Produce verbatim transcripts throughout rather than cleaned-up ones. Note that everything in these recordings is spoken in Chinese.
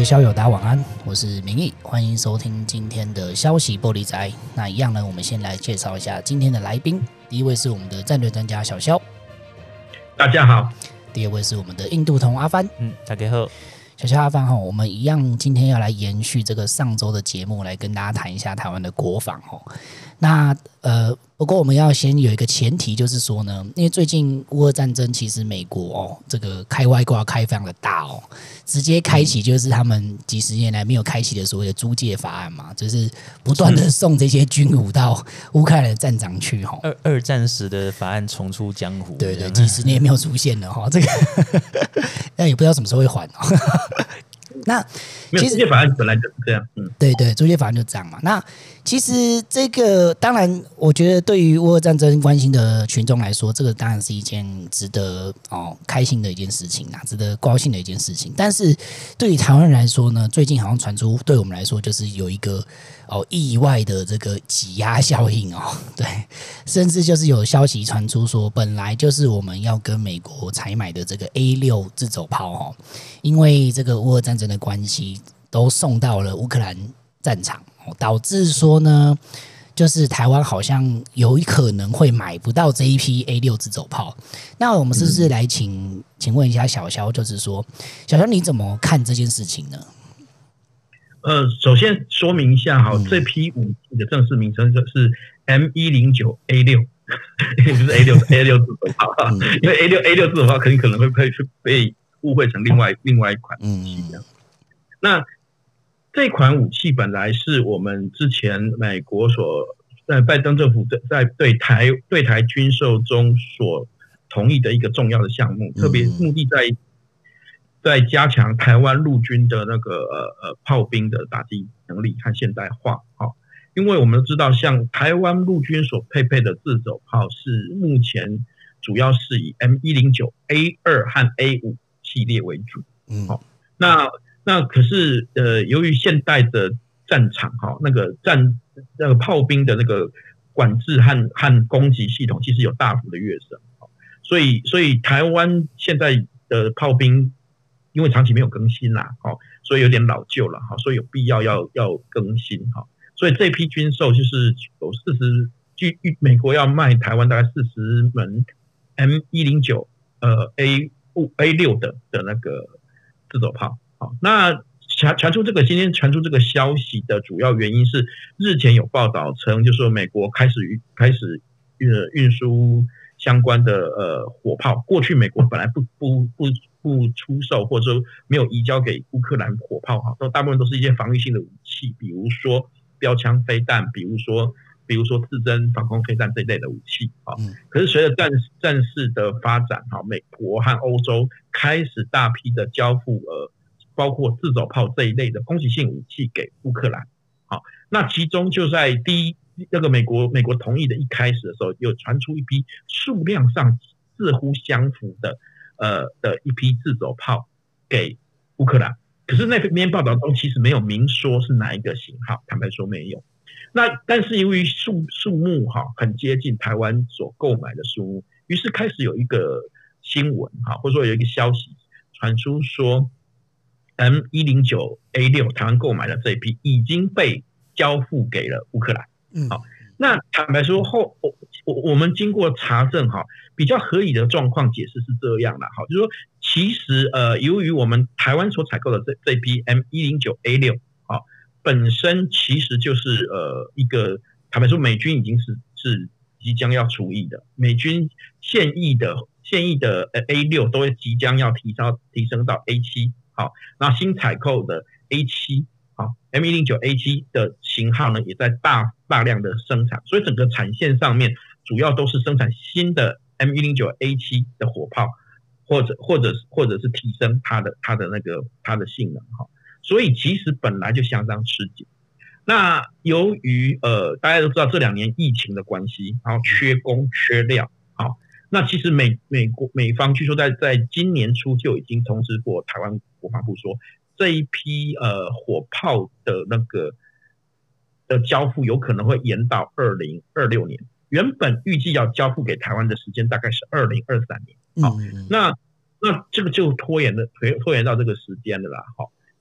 校友大家晚安，我是明义，欢迎收听今天的消息玻璃宅。那一样呢，我们先来介绍一下今天的来宾。第一位是我们的战略专家小肖， 大家好。 第二位是我们的印度通阿帆， 嗯，大家好。 小肖阿帆哈，我们一样今天要来延续这个上周的节目，来跟大家谈一下台湾的国防哈。那呃，不过我们要先有一个前提，就是说呢，因为最近乌俄战争，其实美国哦，这个开外挂开非常的大哦，直接开启就是他们几十年来没有开启的所谓的租借法案嘛，就是不断的送这些军武到乌克兰的战场去哈。 二二战时的法案重出江湖， 对对，几十年没有出现了哈，这个那也不知道什么时候会还哦。那其实租借法案本来就是这样，嗯， 对对，租借法案就这样嘛。那其实这个当然，我觉得对于乌俄战争关心的群众来说，这个当然是一件值得哦开心的一件事情啊，值得高兴的一件事情。但是对于台湾人来说呢，最近好像传出对我们来说就是有一个哦意外的这个挤压效应哦，对，甚至就是有消息传出说，本来就是我们要跟美国采买的这个 A 六 自走炮哦，因为这个乌俄战争的关系，都送到了乌克兰战场，导致说呢，就是台湾好像有可能会买不到这一批 A 六 自走炮。那我们是不是来请请问一下小肖，就是说，小肖你怎么看这件事情呢？ 呃，首先说明一下哈，嗯、这批武器的正式名称是 M 一零九 A 六， 也就是 A 六 A 六 自走炮，嗯、因为 A 六 A 六 自走炮很可能会被被误会成另外另外一款武器这样。嗯、那这款武器本来是我们之前美国所在拜登政府在对台对台军售中所同意的一个重要的项目，特别目的在在加强台湾陆军的那个呃呃炮兵的打击能力和现代化。好，因为我们知道，像台湾陆军所配备的自走炮是目前主要是以 M 一零九 A 二 和 A 五 系列为主。嗯，好，那。那可是呃，由于现代的战场哈，那个战那个炮兵的那个管制和和攻击系统其实有大幅的跃升，所以所以台湾现在的炮兵因为长期没有更新啦，哈，所以有点老旧了哈，所以有必要要要更新哈，所以这批军售就是有四十，据美国要卖台湾大概四十门 M 一零九 呃 A 五 A 六 的的那个自走炮。好，那传传出这个今天传出这个消息的主要原因是，日前有报道称，就是说美国开始开始呃运输相关的呃火炮。过去美国本来不不不不出售，或者说没有移交给乌克兰火炮哈，都大部分都是一些防御性的武器，比如说标枪飞弹，比如说比如说自侦防空飞弹这一类的武器啊。可是随着战战事的发展哈，美国和欧洲开始大批的交付呃。包括自走炮这一类的攻击性武器给乌克兰，好，那其中就在第一那个美国美国同意的一开始的时候，有传出一批数量上似乎相符的呃的一批自走炮给乌克兰，可是那篇报道中其实没有明说是哪一个型号，坦白说没有。那但是由于数数目哈很接近台湾所购买的数目，于是开始有一个新闻哈，或者说有一个消息传出说。M 一零九 A 六 台湾购买的这一批已经被交付给了乌克兰。嗯，好，那坦白说后我我们经过查证哈，比较合理的状况解释是这样的哈，就是说其实呃由于我们台湾所采购的这这批 M 一零九 A 六 啊，本身其实就是呃一个坦白说美军已经是是即将要除役的，美军现役的现役的 A 六 都会即将要提升提升到 A 七。好，那新采购的 A 七，好 M 一零九 A 七 的型号呢，也在大大量的生产，所以整个产线上面主要都是生产新的 M 一零九 A 七 的火炮，或者或者或者是提升它的它的那个它的性能哈，所以其实本来就相当吃紧。那由于呃大家都知道这两年疫情的关系，然后缺工缺料，好。那其实美美国美方据说在在今年初就已经通知过台湾国防部说，这一批呃火炮的那个的交付有可能会延到二零二六年，原本预计要交付给台湾的时间大概是二零二三年。好，那那这个就拖延了拖拖延到这个时间了啦。好，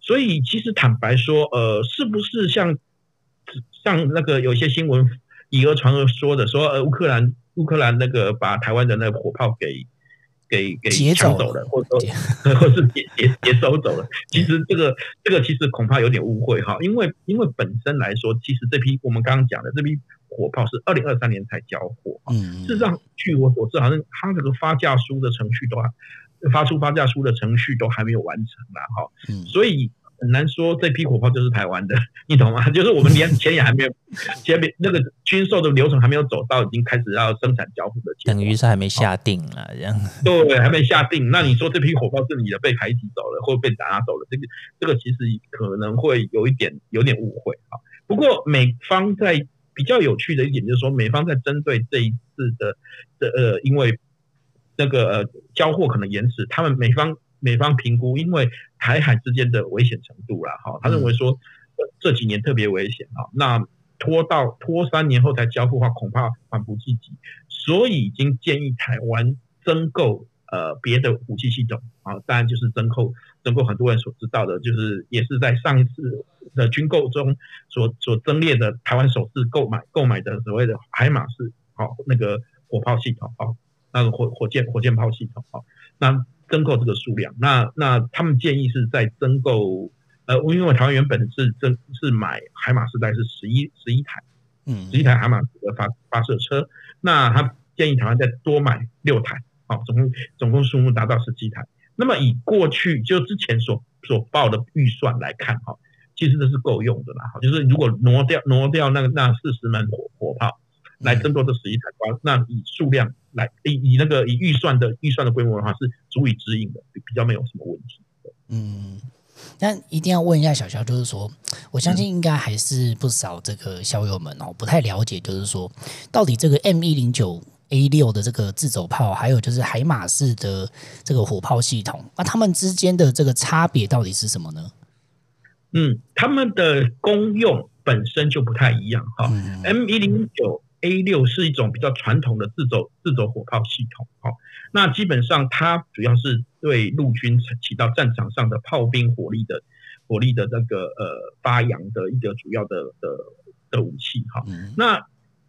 所以其实坦白说，呃，是不是像像那个有一些新闻以讹传讹说的，说呃乌克兰乌克兰那个把台湾的那个火炮给给给抢走了，或者说或是劫劫劫收走了。其实这个这个其实恐怕有点误会哈，因为因为本身来说，其实这批我们刚刚讲的这批火炮是二零二三年才交货，嗯，事实上据我所知，好像它这个发价书的程序都还发出发价书的程序都还没有完成啦，哈，嗯，所以很难说这批火炮就是台湾的，你懂吗？就是我们连钱也还没有，前面那个军售的流程还没有走到，已经开始要生产交付的阶段， 等于是还没下定啦，这样。 对，还没下定。那你说这批火炮是你的，被排挤走了，或被拿走了，这个这个其实可能会有一点有点误会啊。不过美方在比较有趣的一点就是说，美方在针对这一次的的呃，因为那个呃交货可能延迟，他们美方。美方评估，因为台海之间的危险程度啦，哈，他认为说、呃、这几年特别危险啊，那拖到拖三年后才交付的话，恐怕缓不济急，所以已经建议台湾增购呃别的武器系统啊，当然就是增购增购很多人所知道的，就是也是在上一次的军购中所所增列的台湾首次购买购买的所谓的海马式好、哦、那个火炮系统啊、哦，那个火火箭火箭炮系统啊、哦，那。增购这个数量，那那他们建议是在增购，呃，因为台湾原本是增是买海马斯代是十一十一台，嗯，十一台海马斯的发发射车，那他建议台湾再多买六台，好、哦，总共总共数目达到十七台。那么以过去就之前所所报的预算来看，哈、哦，其实这是够用的啦，就是如果挪掉挪掉那个那四十门火火炮。来争夺这十一台包，那以数量来以以那个以预算的预算的规模的话，是足以支应的，比较没有什么问题。 嗯，但一定要问一下小肖，就是说，我相信应该还是不少这个校友们哦，不太了解，就是说，到底这个 M 一零九 A 六 的这个自走炮，还有就是海马式的这个火炮系统，那它们之间的这个差别到底是什么呢？ 嗯，它们的功用本身就不太一样哈。嗯、M 一零九A 六 是一种比较传统的自走自走火炮系统，哦，那基本上它主要是对陆军起到战场上的炮兵火力的火力的那个呃发扬的一个主要的的的武器哈。嗯、那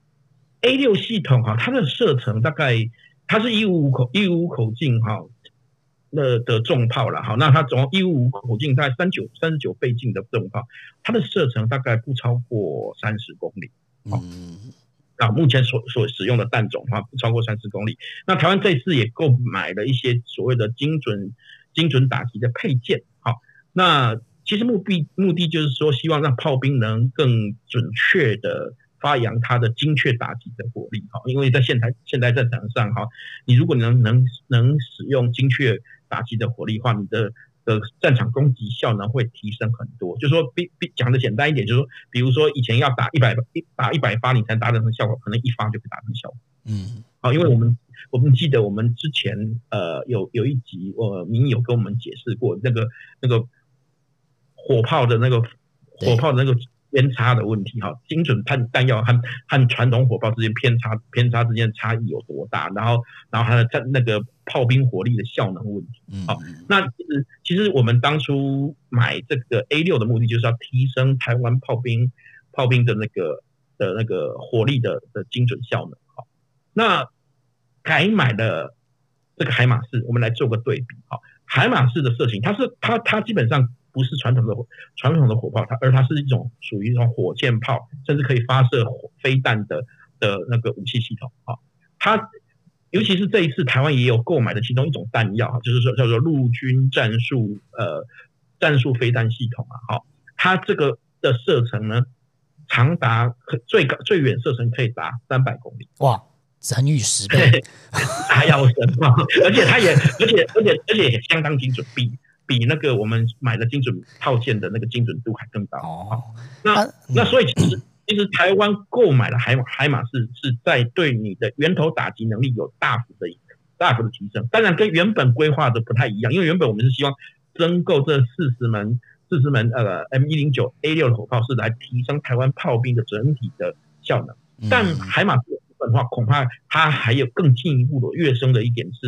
A 六 系统哈，它的射程大概它是一五五口一五五口径哈的的重炮啦，好，那它总共一五五口径大概三九三十九倍镜的重炮，它的射程大概不超过三十公里，哦。嗯啊，目前所所使用的弹种的话不超过三十公里。那台湾这次也购买了一些所谓的精准精准打击的配件，好，那其实目的目的就是说，希望让炮兵能更准确的发扬它的精确打击的火力，哈，因为在现代现代战场上，哈，你如果能能能使用精确打击的火力的话，你的的战场攻击效能会提升很多，就是说，比比讲的简单一点，就是说，比如说以前要打一百打一百发你才达成效果，可能一发就可以达成效果。嗯，好，因为我们我们记得我们之前呃有有一集，呃，您有跟我们解释过那个那个火炮的那个火炮的那个偏差的问题，哈，精准弹弹药和和传统火炮之间偏差偏差之间的差异有多大？然后然后它的那个炮兵火力的效能问题，好，那其实其实我们当初买这个 A 六 的目的就是要提升台湾炮兵炮兵的那个的那个火力的的精准效能，好，那改买了这个海马式，我们来做个对比，好，海马式的射程，它是它它基本上不是传统的传统的火炮，它而它是一种属于一种火箭炮，甚至可以发射飞弹的的那个武器系统，好，它。尤其是这一次，台湾也有购买的其中一种弹药，就是说叫做陆军战术呃战术飞弹系统啊，好，它这个的射程呢，长达最高最远射程可以达三百公里， 哇，乘以十倍， 还要深啊！而且它也而且而且而且也相当精准，比比那个我们买的精准套件的那个精准度还更高。哦，那那所以其实。其实台湾购买了海马海马式是在对你的源头打击能力有大幅的大幅的提升，当然跟原本规划的不太一样，因为原本我们是希望增购这四十门四十门呃 M 一零九 A 六 的火炮是来提升台湾炮兵的整体的效能，但海马式的部分的话，恐怕它还有更进一步的跃升的一点是，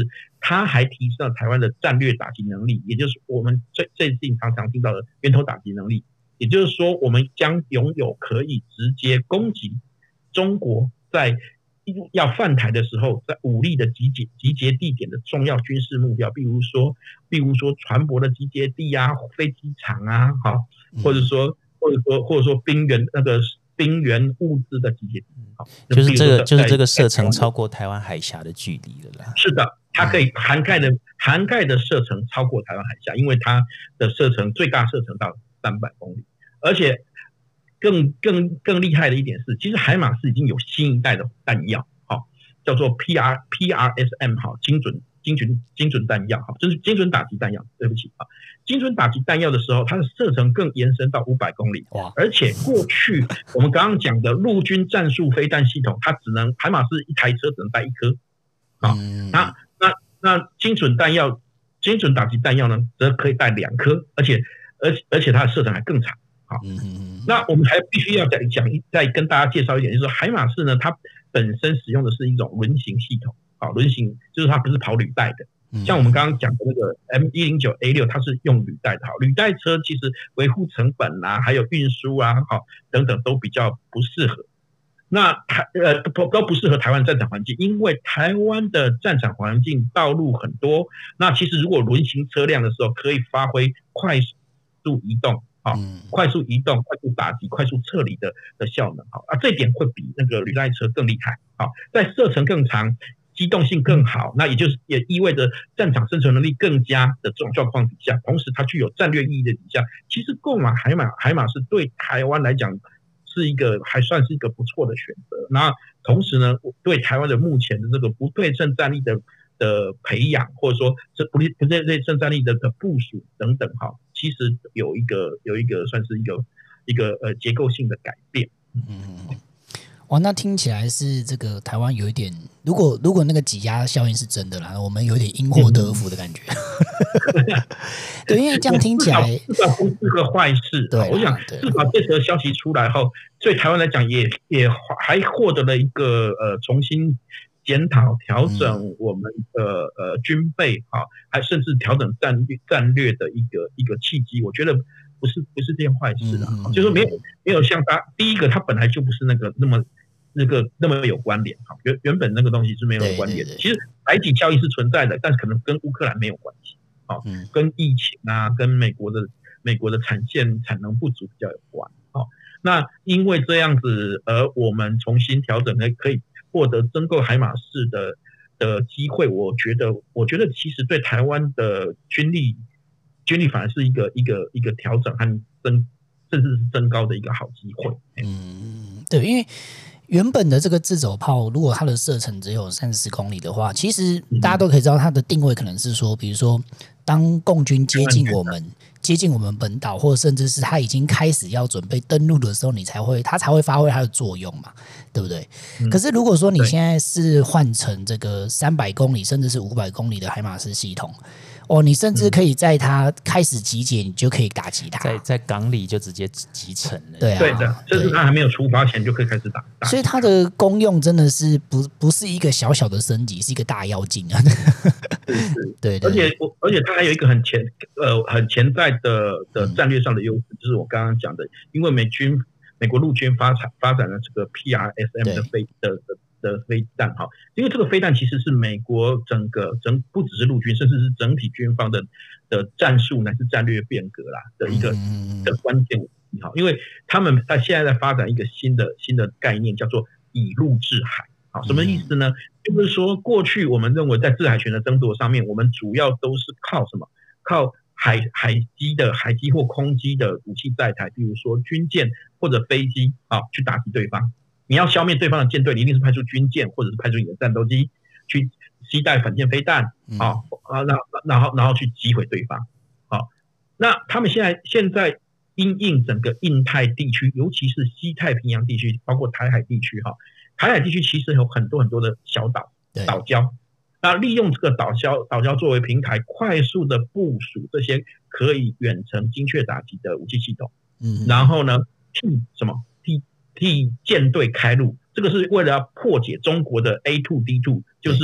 它还提升了台湾的战略打击能力，也就是我们最最近常常听到的源头打击能力。也就是说，我们将拥有可以直接攻击中国在要犯台的时候，在武力的集结集结地点的重要军事目标，比如说，比如说船舶的集结地啊、飞机场啊，好，或者说，或者说，或者说兵员那个兵员物资的集结地，好， 就是这个，就是这个射程超过台湾海峡的距离了啦。 是的，它可以涵盖的涵盖的射程超过台湾海峡，因为它的射程最大射程到三百公里，而且更更更厉害的一点是，其实海马斯已经有新一代的弹药，好，叫做 P R P R S M 好，精准精准精准弹药，好，就是精准打击弹药。对不起啊，精准打击弹药的时候，它的射程更延伸到五百公里，而且过去我们刚刚讲的陆军战术飞弹系统，它只能海马斯一台车只能带一颗，好，那那那精准弹药。精准打击弹药呢，则可以带两颗，而且而且而且它的射程还更长。好，那我们还必须要再讲再跟大家介绍一点，就是说海马斯呢，它本身使用的是一种轮型系统。好，轮型就是它不是跑履带的，像我们刚刚讲的那个 M 一零九 A 六，它是用履带的。好，履带车其实维护成本啊，还有运输啊，好等等都比较不适合。那台呃都都不适合台湾战场环境，因为台湾的战场环境道路很多。那其实如果轮型车辆的时候，可以发挥快速移动，好、嗯，快速移动、快速打击、快速撤离的的效能，好啊，这一点会比那个履带车更厉害，好，在射程更长、机动性更好，那也就是也意味着战场生存能力更佳的这种状况底下，同时它具有战略意义的底下，其实购买海马海马是对台湾来讲。是一个还算是一个不错的选择。那同时呢，对台湾的目前的这个不对称战力的的培养，或者说这不不对称战力的的部署等等，哈，其实有一个有一个算是一个一个呃结构性的改变。 嗯，哇，那听起来是这个台湾有一点，如果如果那个挤压效应是真的啦，我们有点因祸得福的感觉。对，因为这样听起来至少不是个坏事。对，我想至少这则消息出来后，对台湾来讲也也还获得了一个呃重新检讨调整我们的呃军备啊，还甚至调整战略战略的一个一个契机。我觉得不是不是件坏事啊，嗯、就是没有没有像他第一个，他本来就不是那个那么。那个那么有关联，原原本那个东西是没有关联的。其实排挤效应是存在的，但是可能跟乌克兰没有关系，啊，嗯、跟疫情啊，跟美国的美国的产线产能不足比较有关。啊，那因为这样子，而我们重新调整，可以获得增购海马式的的机会。我觉得，我觉得其实对台湾的军力军力反而是一个一个一个调整和增，甚至是增高的一个好机会。 嗯，对，因为。原本的这个自走炮，如果它的射程只有三十公里的话，其实大家都可以知道它的定位可能是说，比如说当共军接近我们、接近我们本岛，或者甚至是它已经开始要准备登陆的时候，你才会它才会发挥它的作用嘛，对不对？嗯、可是如果说你现在是换成这个三百公里甚至是五百公里的海马斯系统。哦，你甚至可以在它开始集结，你就可以打击它， 在在港里就直接集成了。 对啊， 对的，甚至它还没有出发前就可以开始打。打所以它的功用真的是不不是一个小小的升级，是一个大妖精啊！ 是是， 对, 对， 而且而且它还有一个很潜呃很潜在的的战略上的优势，嗯、就是我刚刚讲的，因为美军美国陆军发展发展了这个 P R S M 的飞的的。的飞弹哈，因为这个飞弹其实是美国整个整不只是陆军，甚至是整体军方的的战术乃至战略变革啦的一个的关键武器哈，因为他们在现在在发展一个新的新的概念，叫做以陆制海。好，什么意思呢？就是说过去我们认为在制海权的争夺上面，我们主要都是靠什么？靠海海基的海基或空基的武器载台，比如说军舰或者飞机啊，去打击对方。你要消灭对方的舰队，你一定是派出军舰或者是派出你的战斗机去携带反舰飞弹啊，啊，然后然后然后去击毁对方。好，那他们现在现在因应整个印太地区，尤其是西太平洋地区，包括台海地区哈，台海地区其实有很多很多的小岛岛礁，那利用这个岛礁岛礁作为平台，快速的部署这些可以远程精确打击的武器系统，嗯，然后呢，替什么？替舰队开路，这个是为了要破解中国的 A 二 D 二，就是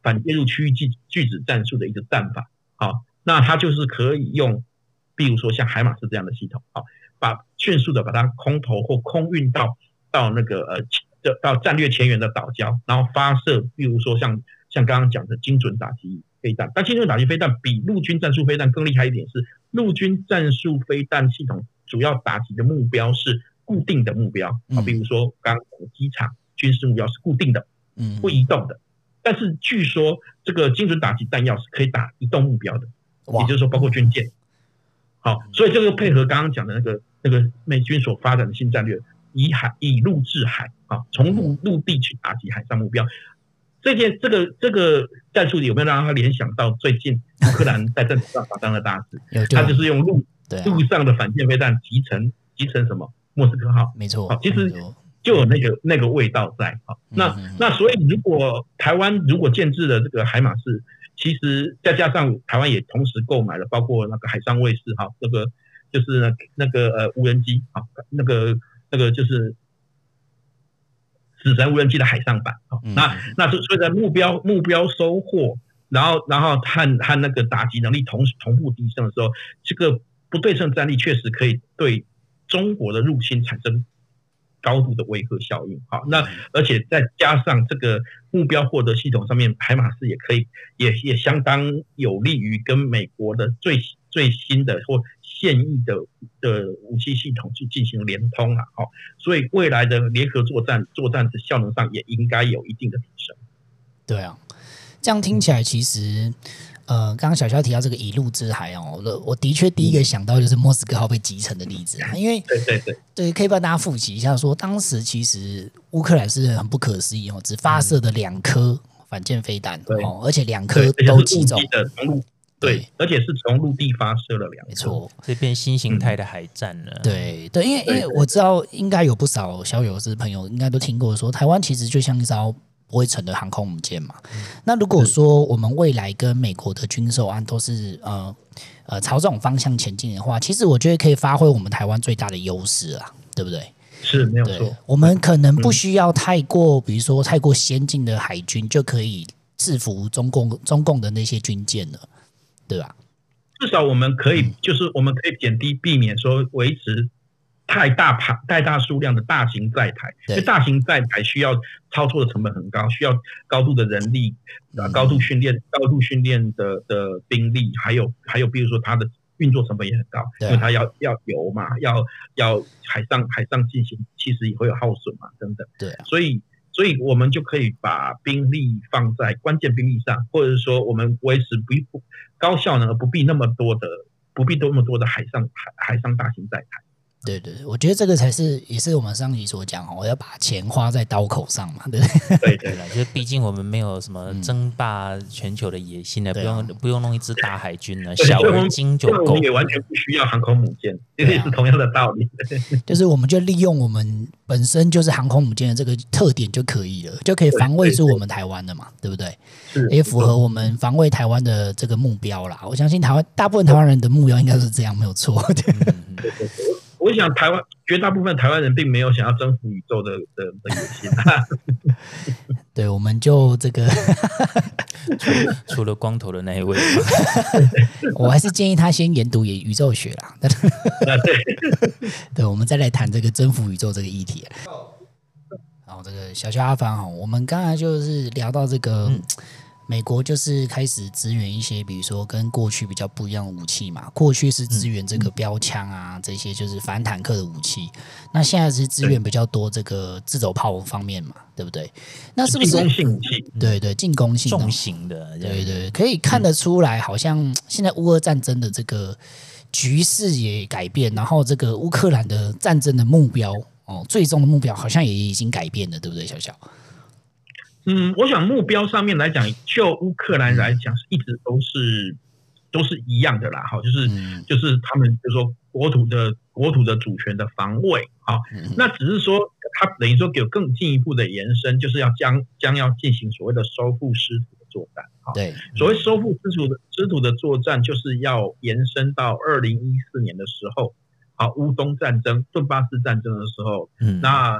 反介入区域拒拒止战术的一个战法。好，那它就是可以用，比如说像海马斯这样的系统，好，把迅速的把它空投或空运到到那个呃到战略前沿的岛礁，然后发射，比如说像像刚刚讲的精准打击飞弹。但精准打击飞弹比陆军战术飞弹更厉害一点是，陆军战术飞弹系统主要打击的目标是固定的目标，啊，比如说刚刚讲的机场军事目标是固定的，嗯，不移动的。但是据说这个精准打击弹药是可以打移动目标的，也就是说包括军舰。好，所以这个配合刚刚讲的那个那个美军所发展的新战略，以海以陆制海，啊，从陆陆地去打击海上目标。这件这个这个战术有没有让他联想到最近乌克兰在战场上发生的大事？他就是用陆陆上的反舰飞弹集成集成什么莫斯科号， 没错， 其实就有那个那个味道在。好，那那所以如果台湾如果建制了这个海马式，其实再加上台湾也同时购买了包括那个海上卫士，哈，那个就是那那个呃无人机，啊，那个那个就是死神无人机的海上版。那那所以在目标目标收获，然后然后和和那个打击能力同同步提升的时候，这个不对称战力确实可以对中国的入侵产生高度的威慑效应。好，那而且再加上这个目标获得系统上面，海马斯也可以也也相当有利于跟美国的最最新的或现役的的武器系统去进行联通了。好，所以未来的联合作战作战的效能上也应该有一定的提升。 对啊，这样听起来其实。呃，刚刚小肖提到这个以陆制海哦，我我的确第一个想到就是莫斯科号被击沉的例子啊，因为对对对对，可以帮大家复习一下说，当时其实乌克兰是很不可思议哦，只发射的两颗反舰飞弹哦，而且两颗都击中的从陆对，而且是从陆地发射了两颗， 没错， 这变新形态的海战了。 嗯、对对，因为因为我知道应该有不少小友是朋友应该都听过说，台湾其实就像一艘不会沉的航空母舰嘛，嗯、那如果说我们未来跟美国的军售案都是呃呃朝这种方向前进的话，其实我觉得可以发挥我们台湾最大的优势啊，对不对？ 是没有错。 我们可能不需要太过，嗯、比如说太过先进的海军就可以制服中共中共的那些军舰了，对吧？ 至少我们可以，嗯、就是我们可以减低避免说维持。太大盘、太大数量的大型载台，因为大型载台需要操作的成本很高，需要高度的人力、嗯、高度训练、高度训练的的兵力，还有还有，比如说它的运作成本也很高，因为它要要油嘛，要要海上海上进行，其实也会有耗损嘛，等等。 对、啊， 所以所以我们就可以把兵力放在关键兵力上，或者是说我们维持不高效能而不必那么多的不必那么多的海上海海上大型载台。 对对，我觉得这个才是也是我们上集所讲哦，我要把钱花在刀口上嘛，对不对？ 对对了， 就是毕竟我们没有什么争霸全球的野心的，嗯、不用、啊、不用弄一支大海军了，小而精就够。 我们也完全不需要航空母舰，这也是同样的道理。 就是我们就利用我们本身就是航空母舰的这个特点就可以了，就可以防卫住我们台湾的嘛， 对, 对, 对, 对不对？也符合我们防卫台湾的这个目标啦。我相信台湾大部分台湾人的目标应该是这样，没有错。对对对。我想台湾绝大部分台湾人并没有想要征服宇宙的的的野心、啊， 对，我们就这个除了光头的那一位， 我还是建议他先研读宇宙学啦。对，对，我们再来谈这个征服宇宙这个议题。然后这个小小阿凡哈，我们刚才就是聊到这个。嗯美国就是开始支援一些，比如说跟过去比较不一样的武器嘛。过去是支援这个标枪啊，这些就是反坦克的武器。那现在是支援比较多这个自走炮方面嘛，对不对？那是不是进攻性武器？ 对对，进攻性重型的， 对对，可以看得出来，好像现在乌俄战争的这个局势也改变，然后这个乌克兰的战争的目标哦，最终的目标好像也已经改变了，对不对，小小？ 嗯，我想目标上面来讲，就乌克兰来讲，一直都是都是一样的啦。哈，就是、嗯、就是他们就说国土的国土的主权的防卫。好，嗯、那只是说他等于说有更进一步的延伸，就是要将将要进行所谓的收复失土的作战。 对， 所谓收复失土的失土的作战，就是要延伸到二零一四年的时候，好，乌东战争、顿巴斯战争的时候，嗯、那。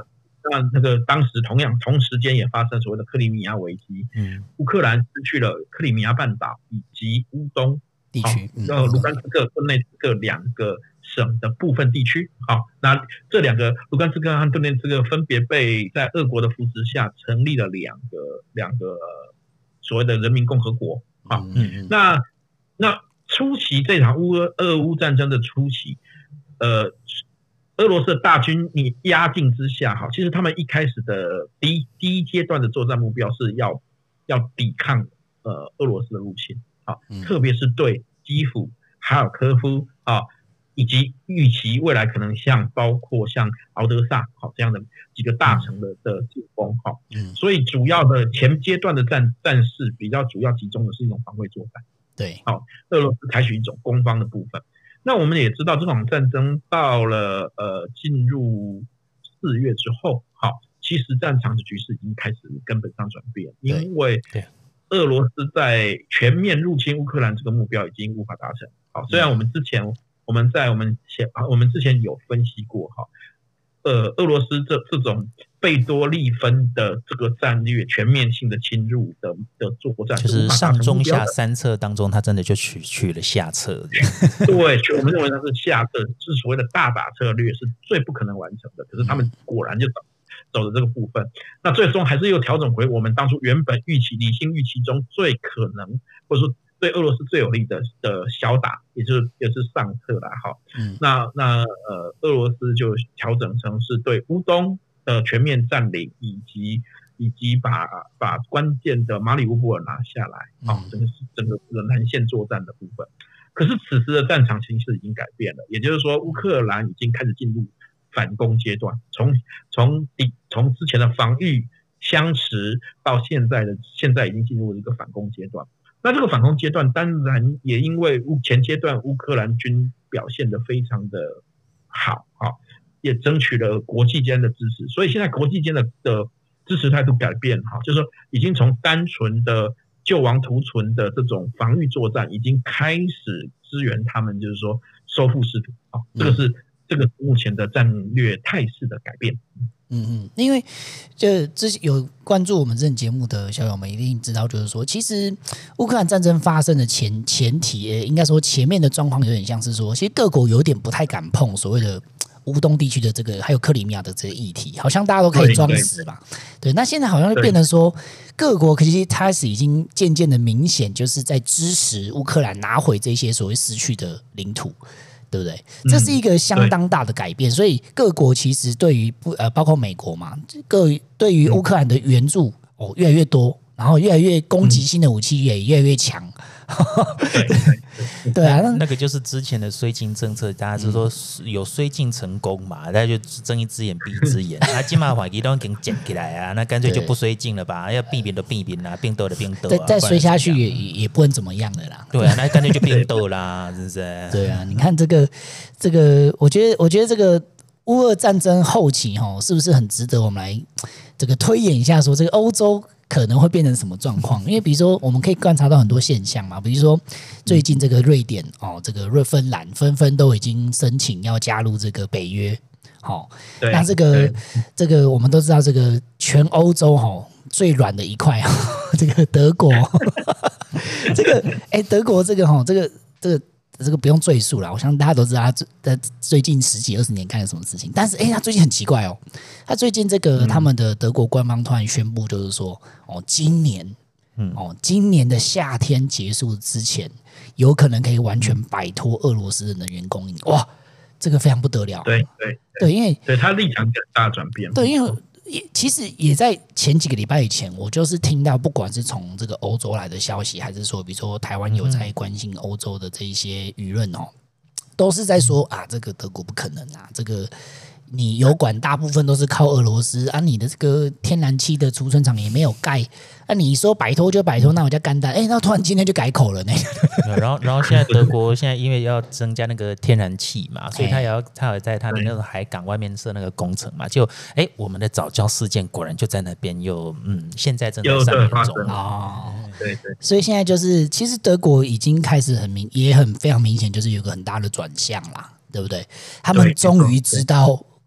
那那个当时同样同时间也发生所谓的克里米亚危机， 嗯， 乌克兰失去了克里米亚半岛以及乌东地区， 然后卢甘斯克、顿内茨克两个省的部分地区。好，那这两个卢甘斯克和顿内茨克分别被在俄国的扶持下成立了两个两个所谓的人民共和国。好，嗯嗯，那那初期这场乌俄俄乌战争的初期，呃。俄罗斯的大军你压境之下，哈，其实他们一开始的第一第一阶段的作战目标是要要抵抗呃俄罗斯的入侵，啊，特别是对基辅、哈尔科夫啊，以及预期未来可能像包括像敖德萨好这样的几个大城的的进攻，哈，所以主要的前阶段的战战事比较主要集中的是一种防卫作战， 对， 好，俄罗斯采取一种攻方的部分。那我们也知道，这场战争到了呃进入四月之后，好，其实战场的局势已经开始根本上转变，因为俄罗斯在全面入侵乌克兰这个目标已经无法达成。好，虽然我们之前我们在我们前我们之前有分析过，哈，呃，俄罗斯这这种贝多利分的这个战略全面性的侵入的的作战， 就是上中下三策当中，他真的就取取了下策。 对，我们认为它是下策，是所谓的大打策略，是最不可能完成的。可是他们果然就走走的这个部分，那最终还是又调整回我们当初原本预期、理性预期中最可能，或者说对俄罗斯最有利的的小打，也就是也是上策啦。哈，嗯，那那呃，俄罗斯就调整成是对乌东的全面占领，以及以及把把关键的马里乌波尔拿下来，啊，整个整个南线作战的部分。可是此时的战场形势已经改变了，也就是说，乌克兰已经开始进入反攻阶段，从从从之前的防御相持到现在的现在已经进入了一个反攻阶段。那这个反攻阶段当然也因为前阶段乌克兰军表现得非常的好，好，也争取了国际间的支持，所以现在国际间的的支持态度改变，哈，就是说已经从单纯的救亡图存的这种防御作战，已经开始支援他们，就是说收复失土，啊，这个是这个目前的战略态势的改变。 嗯嗯，因为就之前有关注我们这节目的小友们一定知道，就是说，其实乌克兰战争发生的前前提，应该说前面的状况有点像是说，其实各国有点不太敢碰所谓的乌东地区的这个，还有克里米亚的这个议题，好像大家都可以装死吧？对，那现在好像就变成说，各国其实开始已经渐渐的明显，就是在支持乌克兰拿回这些所谓失去的领土。对不对？这是一个相当大的改变，嗯、所以各国其实对于不呃，包括美国嘛，各对于乌克兰的援助哦越来越多，然后越来越攻击性的武器也越来越强。 对, 对啊， 那个就是之前的绥靖政策，大家就说有绥靖成功嘛，大家就睁一只眼闭一只眼。那今嘛话题都给捡起来啊，那干脆就不绥靖了吧？要避免的避免啦，变斗的变斗、啊， 再绥下去也也不能怎么样的啦。 对啊，那干脆就变斗啦，是不是？ 对啊，你看这个这个，我觉得我觉得这个乌俄战争后期哈，是不是很值得我们来这个推演一下，说这个欧洲可能会变成什么状况？因为比如说，我们可以观察到很多现象嘛，比如说最近这个瑞典哦，这个瑞芬兰纷纷都已经申请要加入这个北约。好、哦，那这个这个我们都知道，这个全欧洲哈、哦、最软的一块，这个德国，这个哎德国这个哈、哦、这个这个。这个不用赘述了，我相信大家都知道他在最近十几二十年干了什么事情。但是，哎，他最近很奇怪哦，他最近这个他们的德国官方突然宣布，就是说，哦，今年，哦，今年的夏天结束之前，有可能可以完全摆脱俄罗斯的能源供应。哇，这个非常不得了。 对对对，因为对他立场很大转变。 对，因为。其实也在前几个礼拜以前，我就是听到，不管是从这个欧洲来的消息，还是说，比如说台湾有在关心欧洲的这一些舆论哦，都是在说啊，这个德国不可能啊，这个你油管大部分都是靠俄罗斯啊，你的这个天然气的储存厂也没有盖，啊，你说摆脱就摆脱，那我叫干单，哎，那突然今天就改口了呢。 然后，然后现在德国现在因为要增加那个天然气嘛，所以他也要他有在他的那个海港外面设那个工程嘛，就哎，我们的藻礁事件果然就在那边又嗯，现在正在上演中哦。 对对， 所以现在就是，其实德国已经开始很明，也很非常明显，就是有个很大的转向啦，对不对？他们终于知道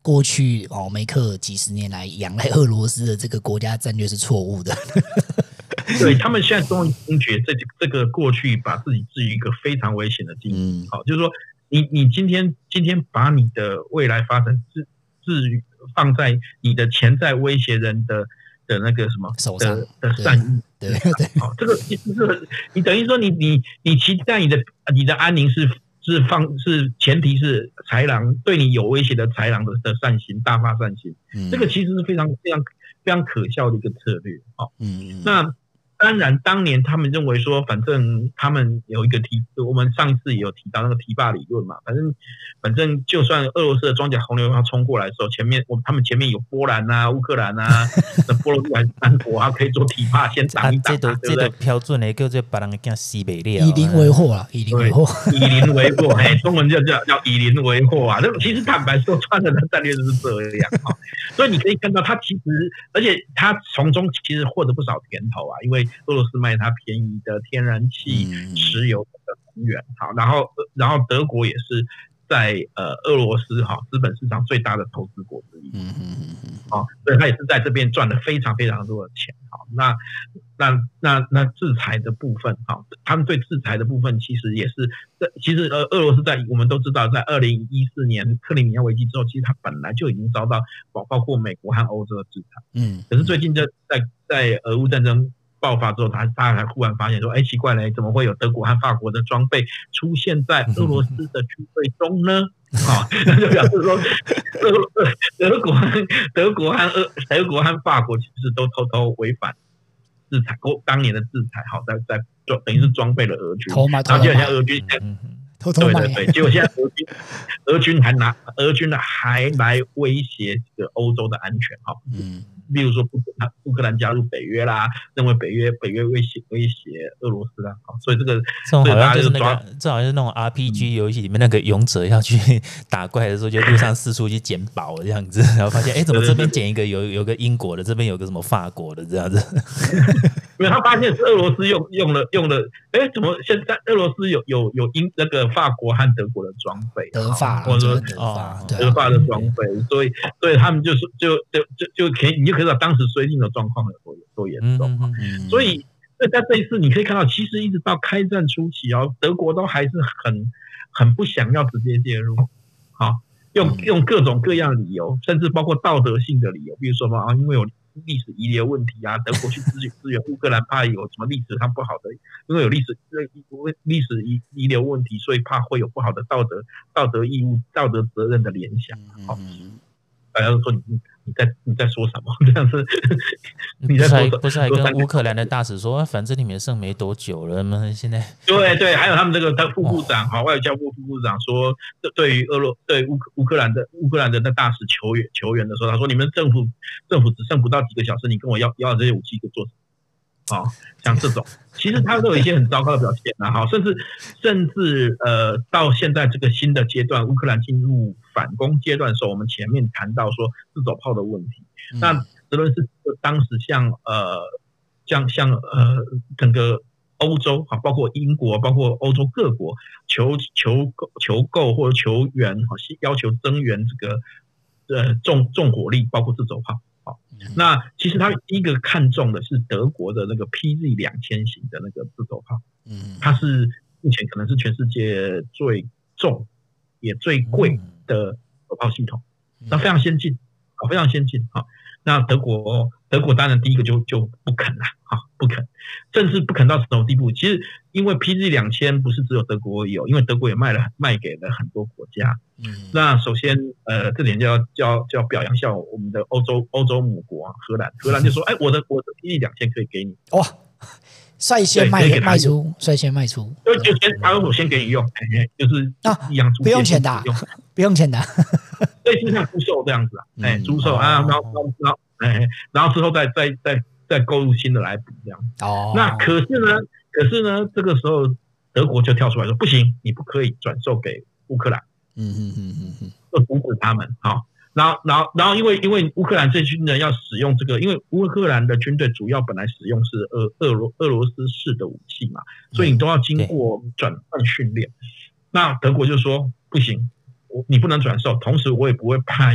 过去哦，梅克尔几十年来仰赖俄罗斯的这个国家战略是错误的。 对，他们现在终于惊觉这这个过去把自己置于一个非常危险的境地。好、嗯，就是说你你今天今天把你的未来发展置置放在你的潜在威胁人的的那个什么手上的, 的善意， 对对对， 好、哦，这个其实是你等于说你你你期待你的你的安宁是是放是前提是豺狼对你有威胁的豺狼的的善心大发善心、嗯，这个其实是非常非常非常可笑的一个策略。好、哦，嗯，那。当然，当年他们认为说，反正他们有一个提，我们上一次也有提到那个提坝理论嘛。反正，反正就算俄罗斯的装甲洪流要冲过来的时候，前面我他们前面有波兰啊、乌克兰啊、波罗的海三国啊，可以做提坝先挡一挡、啊， 对不对？这都标准的叫做把人家西北料， 以邻为祸啊，以邻为祸， 以邻为祸，哎，中文就叫叫以邻为祸啊。那其实坦白说，川人的战略就是这样啊。所以你可以看到，他其实，而且他从中其实获得不少甜头啊，因为俄罗斯卖它便宜的天然气、石油的能源，好，然后然后德国也是在呃俄罗斯哈资本市场最大的投资国之一，嗯嗯嗯，好，所以他也是在这边赚了非常非常多的钱，好，那那那那制裁的部分，哈，他们对制裁的部分其实也是，其实呃俄罗斯在我们都知道，在二零一四年克里米亚危机之后，其实它本来就已经遭到包包括美国和欧洲的制裁，嗯，可是最近在在在俄乌战争爆发之后，他他还忽然发现说，哎，奇怪了，怎么会有德国和法国的装备出现在俄罗斯的军队中呢？啊、哦，那就表示说，德德国德国和俄德国和法国其实都偷偷违反制裁，当年的制裁，好，在在等于是装备了俄军，然后就好像俄军偷偷买， 对对对，结果现在俄军俄军还拿俄军呢还来威胁这个欧洲的安全，哈，嗯。例如说不准他乌克兰加入北约啦，认为北约北约威胁威胁俄罗斯啦，所以这个这种好像就是那个，这好像是那种 R P G 游戏里面那个勇者要去打怪的时候，就路上四处去捡宝这样子，然后发现哎，怎么这边捡一个有有个英国的，这边有个什么法国的这样子， 因为他发现是俄罗斯用用了用了，哎，怎么现在俄罗斯有有有英那个法国和德国的装备， 德法或者说德法德法的装备，所以所以他们就是就就就就可以你就可以知道当时绥靖的状况有多有多严重，嗯嗯、所以在这一次你可以看到，其实一直到开战初期哦，德国都还是很很不想要直接介入，好，用用各种各样理由，甚至包括道德性的理由，比如说嘛啊，因为有历史遗留问题啊，德国去支援支援乌克兰，怕有什么历史上不好的，因为有历史历史遗遗留问题，所以怕会有不好的道德道德义务、道德责任的联想。好，大家都说你你在你在说什么？这样子， 你在说不是还跟乌克兰的大使说，反正你们剩没多久了嘛，现在对对，还有他们这个副部长，好、哦，外交部副部长说，对于俄罗对乌乌克兰的乌克兰的那大使求援求援的时候，他说你们政府政府只剩不到几个小时，你跟我要要这些武器做什么？啊、哦，像这种，其实他都有一些很糟糕的表现啊，哈，甚至甚至呃，到现在这个新的阶段，乌克兰进入反攻阶段的时候，我们前面谈到说自走炮的问题，嗯、那泽伦斯基当时像呃，像像呃整个欧洲啊，包括英国，包括欧洲各国求求求购或者求援，要求增援这个呃重重火力，包括自走炮。那其实他第一个看中的是德国的那个 P Z 两千型的那个自走炮，嗯，它是目前可能是全世界最重也最贵的走炮系统，那非常先进，非常先进啊。那德国德国当然第一个就就不肯了啊，不肯，甚至不肯到这种地步。其实因为 P Z 两千不是只有德国有，因为德国也卖了卖给了很多国家。嗯，那首先呃这点就要就要就要表扬一下我们的欧洲欧洲母国、啊、荷兰，荷兰就说哎我的我的 P Z 两千可以给你哇。 率先卖卖出，率先卖出， 就就先他说我先给你用，就是啊，不用钱的、啊，不用钱的、啊， 类似像租售这样子啊，哎、嗯，租售啊，然后然后哎，然后之后再再再再购入新的来补这样。哦，那可是呢，可是呢，这个时候德国就跳出来说，不行，你不可以转售给乌克兰，嗯嗯嗯嗯嗯，就阻止他们，好。然后，然后，然后，因为因为乌克兰这军人要使用这个，因为乌克兰的军队主要本来使用是俄俄罗俄罗斯式的武器嘛，所以你都要经过转换训练。那德国就说不行，我你不能转售，同时我也不会派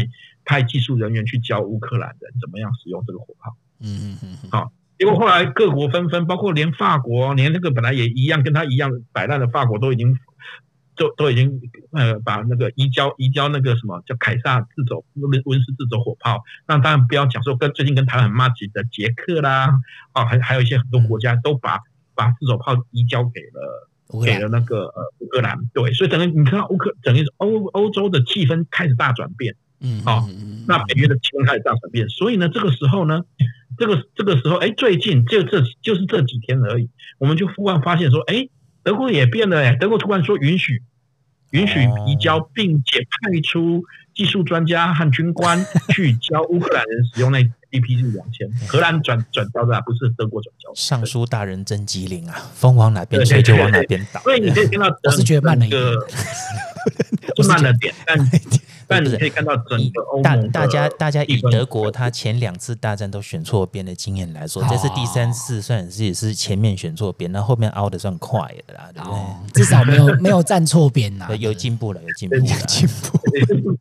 派技术人员去教乌克兰人怎么样使用这个火炮。 嗯嗯嗯， 好，结果后来各国纷纷，包括连法国，连那个本来也一样跟他一样摆烂的法国，都已经都都已经呃把那个移交移交那个什么叫凯撒自走温室自走火炮。那当然不要讲说跟最近跟台湾很骂起的捷克啦，啊，还还有一些很多国家都把把自走炮移交给了。给了那个呃乌克兰，对，所以整个你看到乌克整个欧欧洲的气氛开始大转变，嗯，好、哦，那北约的气氛开始大转变，所以呢，这个时候呢，这个这个时候，哎，最近就这就是这几天而已，我们就忽然发现说，哎，德国也变了，哎，德国突然说允许允许移交，并且派出技术专家和军官去教乌克兰人使用那。A P C 两千，荷兰转转交的、啊，不是德国转交。 尚书大人真机灵啊，风往哪边吹就往哪边倒。 所以你可以看到， 我是觉得慢了一点， 是慢了点，但但你可以看到整个欧盟大家大家以德国他前两次大战都选错边的经验来说，这次第三次算是也是前面选错边，那后面凹的算快的啦，对不对？ 哦、至少没有没有站错边呐， 有进步了，有进步了， 有进步。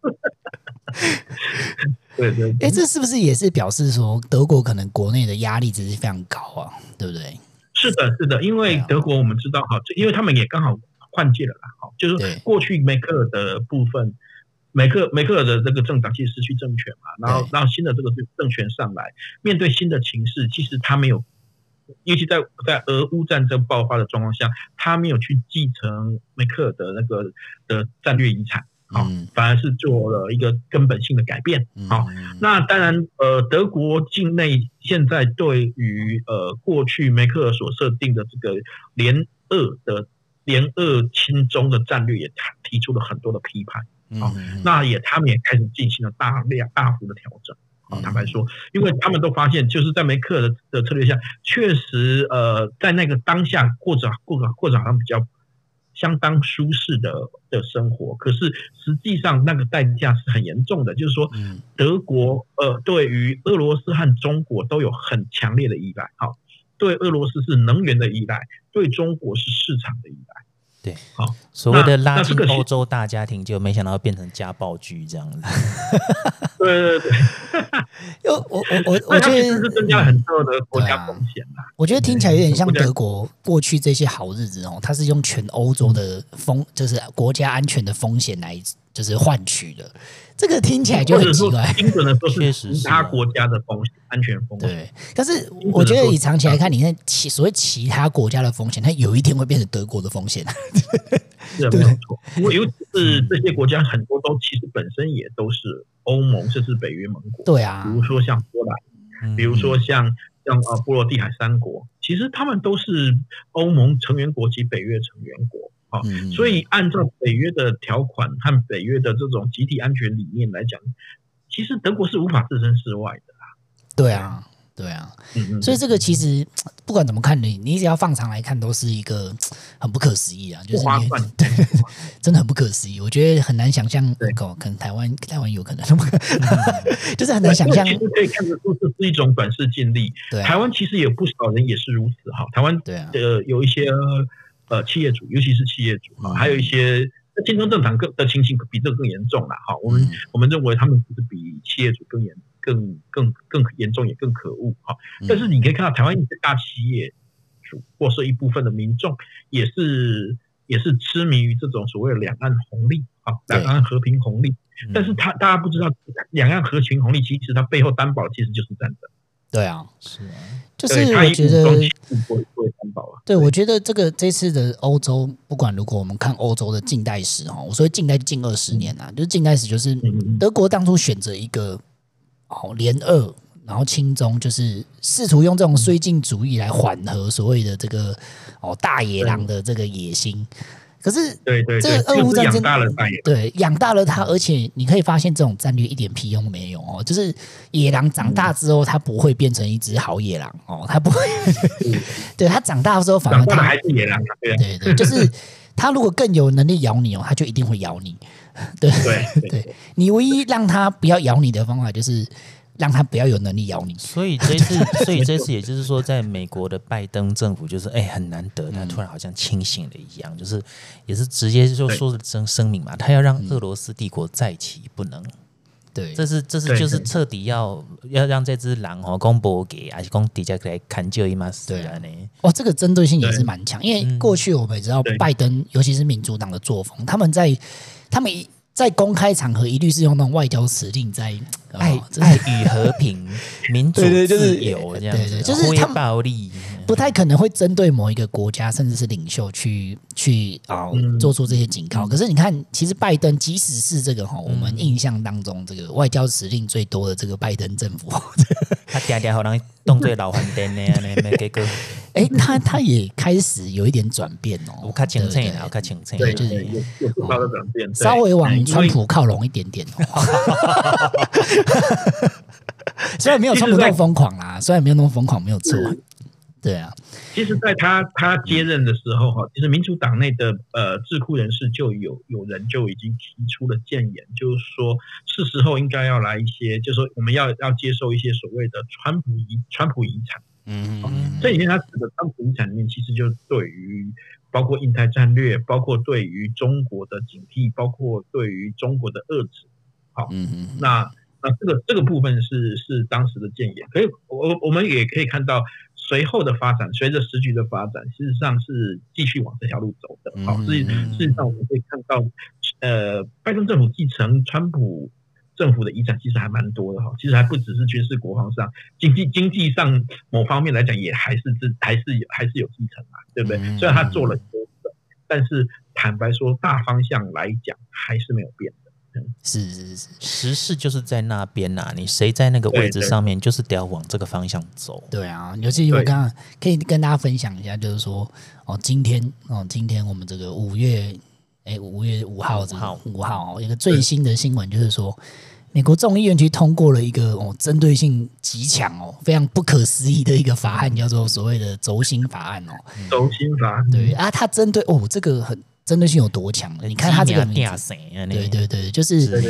对对， 哎、欸，这是不是也是表示说德国可能国内的压力值是非常高啊，对不对？ 是的，是的，因为德国我们知道哈，因为他们也刚好换届了啦，哈，就是过去梅克尔的部分，梅克梅克尔的这个政党其实失去政权嘛，然后然后新的这个政权上来，面对新的情势，其实他没有，尤其在在俄乌战争爆发的状况下，他没有去继承梅克尔的那个的战略遗产。好，反而是做了一个根本性的改变。好，那当然，呃，德国境内现在对于呃过去梅克尔所设定的这个联俄的联俄亲中的战略也提出了很多的批判。好，那也他们也开始进行了大量大幅的调整。好，坦白说，因为他们都发现，就是在梅克尔的的策略下，确实呃在那个当下过着过着过着好像比较。相当舒适的的生活，可是实际上那个代价是很严重的。就是说，德国呃对于俄罗斯和中国都有很强烈的依赖。好，对俄罗斯是能源的依赖，对中国是市场的依赖。 对，好，所谓的拉近欧洲大家庭，就没想到变成家暴剧这样子。 对对对， 我我我我觉得是增加了很多的国家风险啦、啊。 我觉得听起来有点像德国过去这些好日子哦，它是用全欧洲的风，就是国家安全的风险来就是换取的。这个听起来就很奇怪。 精准的都是其他国家的风险、安全风险。 对，但是我觉得以长期来看，你看其所谓其他国家的风险，它有一天会变成德国的风险。 是没有错，因为尤其是这些国家很多都其实本身也都是欧盟甚至北约盟国。 对啊， 比如说像波兰，比如说像像呃波罗的海三国，其实他们都是欧盟成员国及北约成员国。啊、嗯，所以按照北约的条款和北约的这种集体安全理念来讲，其实德国是无法置身事外的啦。 对啊，对啊，嗯、所以这个其实不管怎么看你，你只要放长来看，都是一个很不可思议啊，就是你对，真的很不可思议。我觉得很难想象，哦，可能台湾台湾有可能，就是很难想象。 其实可以看得出这是一种短视近利。对、啊，台湾其实有不少人也是如此哈。台湾对啊，呃，有一些。呃，企业主，尤其是企业主啊，还有一些竞争政党更的情形比这个更严重啦。哈，我们、嗯、我们认为他们是比企业主更严、更更更严重，也更可恶哈。但是你可以看到，台湾一些大企业主或是一部分的民众，也是也是痴迷于这种所谓的两岸红利啊，两岸和平红利。但是他大家不知道，两岸和平红利其实它背后担保其实就是战争。 对啊， 是啊， 就是我觉得，对，我觉得这个这次的欧洲，不管如果我们看欧洲的近代史哈，我说近代近二十年啊，就是近代史就是德国当初选择一个哦联俄，然后亲中，就是试图用这种绥靖主义来缓和所谓的这个哦大野狼的这个野心。可是， 对对， 这个俄乌战争养大了它， 对，养大了它，而且你可以发现这种战略一点屁用都没有哦。就是野狼长大之后，它不会变成一只好野狼哦，它不会。对，它长大之后反而它还是野狼， 对对对，就是它如果更有能力咬你哦，它就一定会咬你。对对对，你唯一让它不要咬你的方法就是让他不要有能力咬你。 所以这次，所以这次也就是说，在美国的拜登政府就是哎、欸、很难得，他突然好像清醒了一样，就是也是直接就说的声声明嘛，他要让俄罗斯帝国再起不能。 对， 这是这是就是彻底要要让这只狼哦公布给，还是公底下来砍救一嘛死啊呢？ 哦，这个针对性也是蛮强，因为过去我们也知道拜登，尤其是民主党的作风，他们在他们在公开场合一律是用那种外交辞令在爱爱与和平、民主自由这样子， 就是他们暴力。 不太可能会针对某一个国家甚至是领袖去去啊、呃、做出这些警告。可是你看，其实拜登即使是这个哈，我们印象当中这个外交指令最多的这个拜登政府， 他嗲嗲好像动作老翻颠呢，没给个。 哎，他他也开始有一点转变哦， 我看清楚了，我看清楚， 对，就是有有不高的转变， 稍微往川普靠拢一点点哦。虽然没有川普那么疯狂啦，虽然没有那么疯狂，没有错。对啊， 其实，在他他接任的时候哈，其实民主党内的呃智库人士就有有人就已经提出了建言，就是说是时候应该要来一些，就是说我们要要接受一些所谓的川普遗川普遗产。嗯嗯，这里面他指的川普遗产里面，其实就对于包括印太战略，包括对于中国的警惕，包括对于中国的遏制。好，嗯嗯，那那这个这个部分是是当时的建言，可以我我们也可以看到。随后的发展，随着时局的发展，事实上是继续往这条路走的。好，事事实上我们可以看到，呃，拜登政府继承川普政府的遗产其实还蛮多的哈。其实还不只是军事国防上，经济经济上某方面来讲，也还是还是还是有继承嘛，对不对？虽然他做了多的，但是坦白说，大方向来讲还是没有变的。 是是是， 时事就是在那边呐、啊，你谁在那个位置上面，就是得要往这个方向走。 对啊，尤其我刚刚可以跟大家分享一下，就是说哦，今天哦，今天我们这个五月哎五月五号这个五号、哦、一个最新的新闻就是说，美国众议院区通过了一个哦针对性极强哦非常不可思议的一个法案，叫做所谓的轴心法案哦。 轴心法案对啊，它针对哦这个很。针对性有多强？你看它这个名字，对对对，就是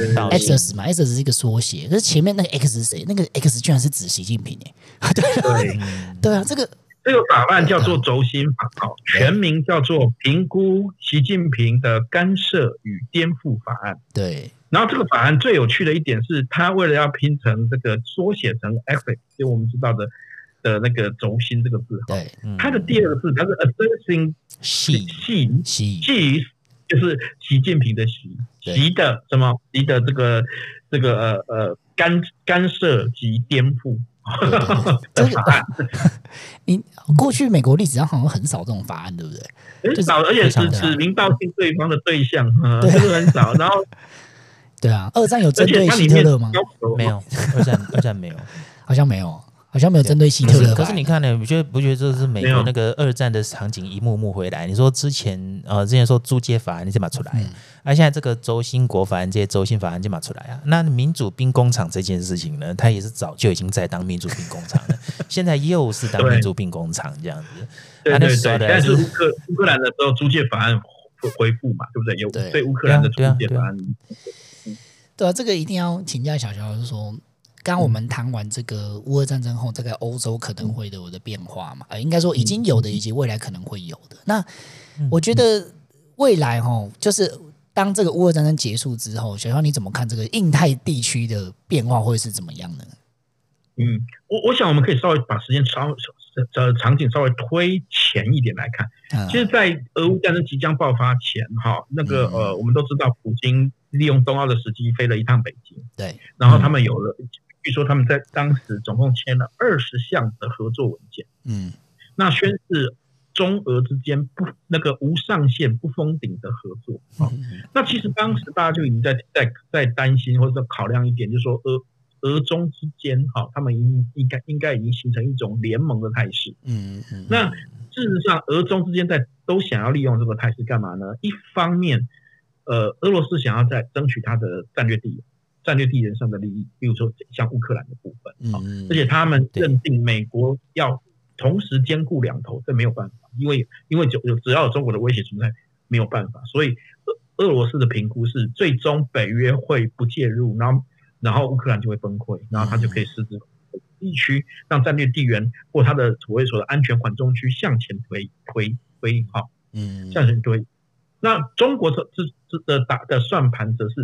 X 嘛 ，X 是一个缩写，可是前面那个 X 是谁？那个 X 居然是指习近平哎，对对对啊，这个这个法案叫做轴心法，全名叫做评估习近平的干涉与颠覆法案。 对， 然后这个法案最有趣的一点是，它为了要拼成这个缩写成 X， 就我们知道的。的那个轴心这个字， 对， 嗯、它的第二个字，它是 addressing 习习习，就是习近平的习，习的什么？习的这个这个呃呃干干涉及颠覆的法案。 你过去美国历史上好像很少这种法案，对不对？ 很少，而且是指名道姓对方的对象，对，很少。然后， 对啊，二战有针对希特勒吗？ 没有，二战二战没有， 好像没有。好像没有针对希特勒， 可是你看呢？你觉得不觉得这是美国那个二战的场景一幕幕回来？你说之前呃，之前说租借法案你先把出来，而、嗯啊、现在这个轴心国法案、这些轴心法案先把出来啊。那民主兵工厂这件事情呢，它也是早就已经在当民主兵工厂了，现在又是当民主兵工厂这样子。 对对对，但是乌克乌克兰的时候租借法案恢复嘛，对不对？有对乌克兰的租借法案。 对啊，这个一定要请教小乔，就是说。刚刚我们谈完这个乌俄战争后，这个欧洲可能会有的变化嘛，呃，应该说已经有的，以及未来可能会有的。那我觉得未来哈，就是当这个乌俄战争结束之后，小乔你怎么看这个印太地区的变化会是怎么样的？ 嗯，我我想我们可以稍微把时间稍呃场景稍微推前一点来看。嗯、其实，在俄乌战争即将爆发前，哈，那个呃，嗯、我们都知道，普京利用冬奥的时机飞了一趟北京， 对， 然后他们有了。据说他们在当时总共签了二十项的合作文件，嗯，那宣示中俄之间不那个无上限、不封顶的合作。哦嗯、那其实当时大家就已经在在在担心或者说考量一点，就是说俄俄中之间，哈、哦，他们应应该应该已经形成一种联盟的态势。嗯嗯。那事实上，俄中之间在都想要利用这个态势干嘛呢？一方面，呃，俄罗斯想要在争取它的战略地位。战略地缘上的利益，比如说像乌克兰的部分，嗯，而且他们认定美国要同时兼顾两头，这没有办法，因为因为只只要有中国的威胁存在，没有办法，所以俄俄罗斯的评估是最终北约会不介入，然后然后乌克兰就会崩溃，然后他就可以实质地区让战略地缘或他的所谓说的安全缓冲区向前推推推，好，嗯，向前推。那中国这这的打的算盘则是。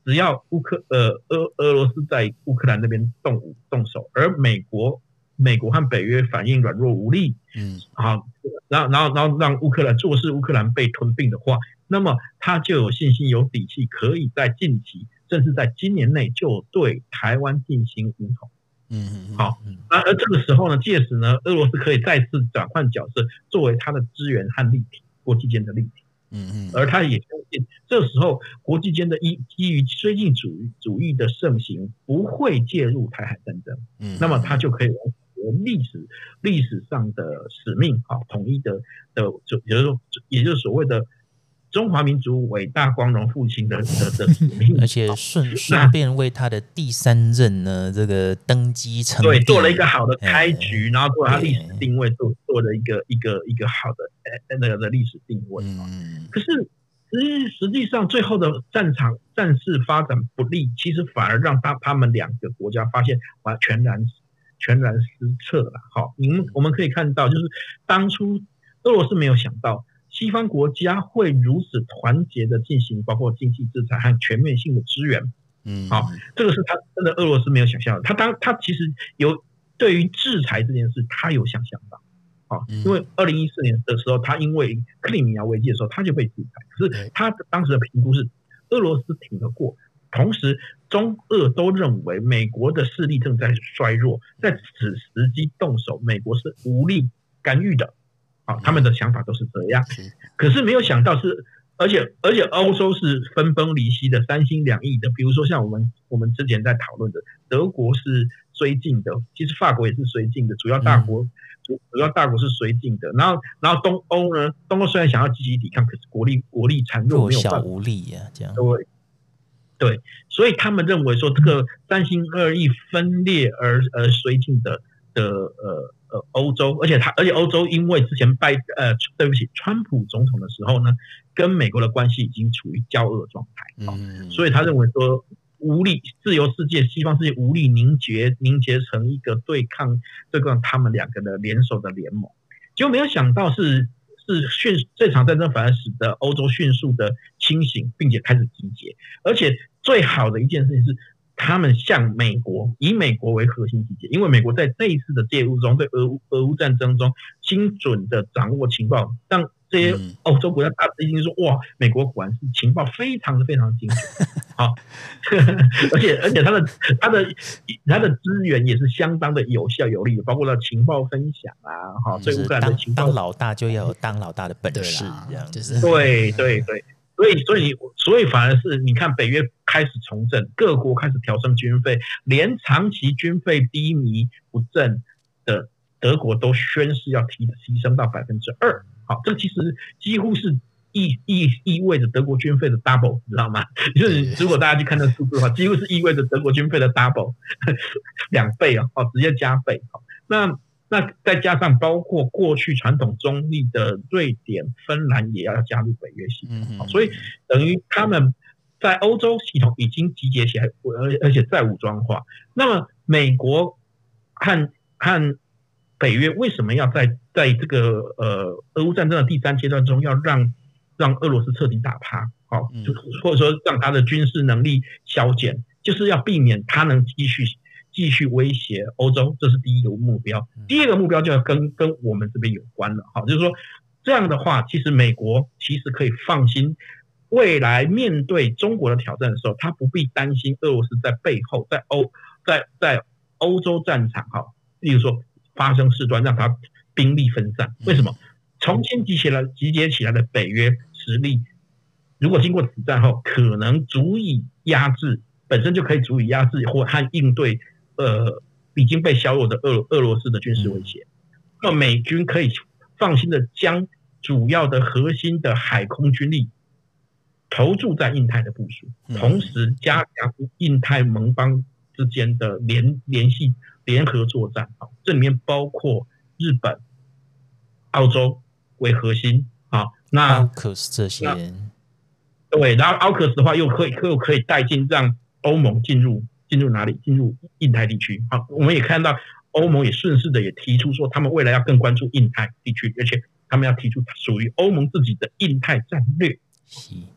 只要乌克呃俄俄罗斯在乌克兰那边动武动手，而美国美国和北约反应软弱无力，嗯，好，然后然后然后让乌克兰坐视乌克兰被吞并的话，那么他就有信心有底气，可以在近期甚至在今年内就对台湾进行武统。嗯，好，那而这个时候呢，届时呢，俄罗斯可以再次转换角色，作为他的资源和力体，国际间的力体。嗯嗯，而他也相信，这时候国际间的基基于绥靖主义主义的盛行，不会介入台海战争。嗯，那么他就可以历史历史上的使命，好，统一的的，也就是说，也就是所谓的中华民族伟大光荣复兴的的的使命， 而且顺顺便为他的第三任呢这个登基成对做了一个好的开局，然后做了他历史定位，做做了一个一个一个好的呃那个的历史定位。嗯，可是实实际上最后的战场战事发展不利，其实反而让他他们两个国家发现完全然全然失策了。好，你们我们可以看到，就是当初俄罗斯没有想到西方国家会如此团结的进行包括经济制裁和全面性的支援。嗯，好，这个是他真的俄罗斯没有想象的。他当他其实有对于制裁这件事，他有想象到。好，因为二零一四年的时候，他因为克里米亚危机的时候，他就被制裁。可是他当时的评估是俄罗斯挺得过，同时中俄都认为美国的势力正在衰弱，在此时机动手，美国是无力干预的。好，他们的想法都是这样，可是没有想到是，而且而且欧洲是分崩离析的，三心两意的。比如说像我们我们之前在讨论的，德国是绥靖的，其实法国也是绥靖的，主要大国、嗯、主主要大国是绥靖的。然后然后东欧呢，东欧虽然想要积极抵抗，可是国力国力残弱，没有办法， 弱小无力呀、啊，这样对对，所以他们认为说这个三心二意、分裂而而绥靖的的呃。呃，欧洲，而且他，而且欧洲因为之前拜呃，对不起，川普总统的时候呢，跟美国的关系已经处于交恶状态，哦嗯、所以他认为说无力，自由世界、西方世界无力凝结凝结成一个对抗对抗他们两个的联手的联盟，结果没有想到是是迅这场战争反而使得欧洲迅速的清醒，并且开始集结，而且最好的一件事情是，他们向美国以美国为核心集结，因为美国在这一次的介入中，对俄乌俄乌战争中精准的掌握情报，让这些欧洲国家大吃一惊，说哇，美国果然是情报非常的非常精准，好，而且而且他的他的他的资源也是相当的有效有力的，包括了情报分享啊，哈，对乌克兰的情报， 当老大就要有当老大的本事，这样就是对对对。所以，所以，所以反而是你看，北约开始重振，各国开始调升军费，连长期军费低迷不振的德国都宣誓要提提升到百分之二。好，这其实几乎是意意意味着德国军费的 double， 你知道吗？就是如果大家去看那数字的话，几乎是意味着德国军费的 double 两倍哦，直接加倍。好，那。那再加上包括过去传统中立的瑞典、芬兰也要加入北约系统，所以等于他们在欧洲系统已经集结起来，而且再武装化。那么美国和和北约为什么要在在这个呃俄乌战争的第三阶段中要让让俄罗斯彻底打趴？好，或者说让他的军事能力削减，就是要避免他能继续。继续威胁欧洲，这是第一个目标。第二个目标就要跟跟我们这边有关了，好，就是说这样的话，其实美国其实可以放心，未来面对中国的挑战的时候，他不必担心俄罗斯在背后，在欧在在欧洲战场，哈，例如说发生事端，让他兵力分散。为什么？重新集起来集结起来的北约实力，如果经过此战后，可能足以压制，本身就可以足以压制或和应对。呃，已经被削弱的俄俄罗斯的军事威胁，那美军可以放心的将主要的核心的海空军力投注在印太的部署，同时加强印太盟邦之间的联联系联合作战。这里面包括日本、澳洲为核心啊，那 A U K U S 这些， 对，然后 A U K U S 的话又可以又可以带进让欧盟进入。进入哪里？进入印太地区。好，我们也看到欧盟也顺势的也提出说，他们未来要更关注印太地区，而且他们要提出属于欧盟自己的印太战略。